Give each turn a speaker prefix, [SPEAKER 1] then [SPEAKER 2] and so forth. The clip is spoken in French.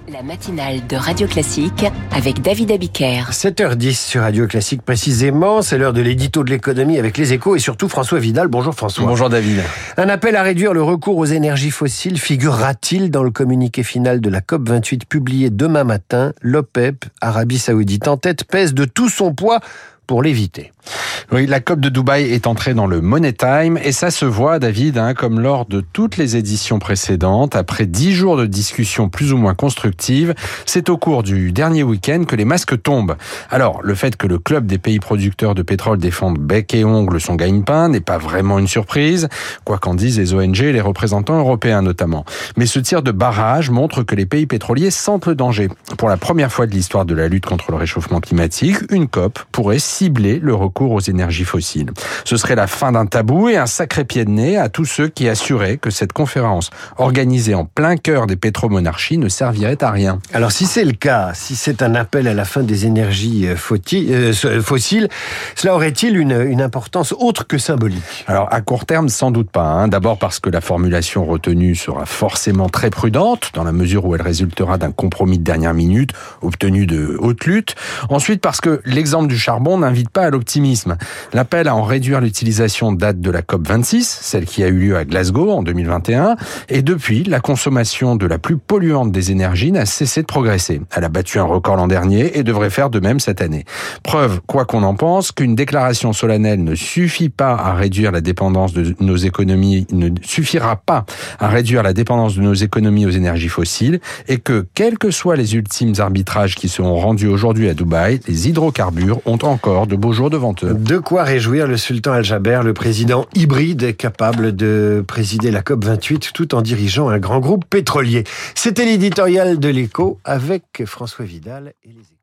[SPEAKER 1] La matinale de Radio Classique avec David Abiker.
[SPEAKER 2] 7h10 sur Radio Classique précisément, c'est l'heure de l'édito de l'économie avec les échos et surtout François Vidal. Bonjour François.
[SPEAKER 3] Bonjour David.
[SPEAKER 2] Un appel à réduire le recours aux énergies fossiles figurera-t-il dans le communiqué final de la COP28 publié demain matin? L'OPEP, Arabie Saoudite en tête, pèse de tout son poids pour l'éviter.
[SPEAKER 3] Oui, la COP de Dubaï est entrée dans le Money Time et ça se voit, David, comme lors de toutes les éditions précédentes. Après 10 jours de discussions plus ou moins constructives, c'est au cours du dernier week-end que les masques tombent. Alors, le fait que le club des pays producteurs de pétrole défende bec et ongle son gagne-pain n'est pas vraiment une surprise, quoi qu'en disent les ONG et les représentants européens notamment. Mais ce tir de barrage montre que les pays pétroliers sentent le danger. Pour la première fois de l'histoire de la lutte contre le réchauffement climatique, une COP pourrait cibler le recours aux énergies fossiles. Ce serait la fin d'un tabou et un sacré pied de nez à tous ceux qui assuraient que cette conférence, organisée en plein cœur des pétromonarchies, ne servirait à rien.
[SPEAKER 2] Alors si c'est le cas, si c'est un appel à la fin des énergies fossiles, cela aurait-il une importance autre que symbolique?
[SPEAKER 3] Alors à court terme, sans doute pas. D'abord parce que la formulation retenue sera forcément très prudente, dans la mesure où elle résultera d'un compromis de dernière minute, obtenu de haute lutte. Ensuite parce que l'exemple du charbon n'invite pas à l'optimisme. L'appel à en réduire l'utilisation date de la COP26, celle qui a eu lieu à Glasgow en 2021, et depuis, la consommation de la plus polluante des énergies n'a cessé de progresser. Elle a battu un record l'an dernier et devrait faire de même cette année. Preuve, quoi qu'on en pense, qu'une déclaration solennelle ne suffit pas à réduire la dépendance de nos économies, ne suffira pas à réduire la dépendance de nos économies aux énergies fossiles, et que, quels que soient les ultimes arbitrages qui seront rendus aujourd'hui à Dubaï, les hydrocarbures ont encore de beaux jours devant eux.
[SPEAKER 2] De quoi réjouir le sultan Al-Jaber, le président hybride capable de présider la COP28 tout en dirigeant un grand groupe pétrolier. C'était l'éditorial de l'Écho avec François Vidal et les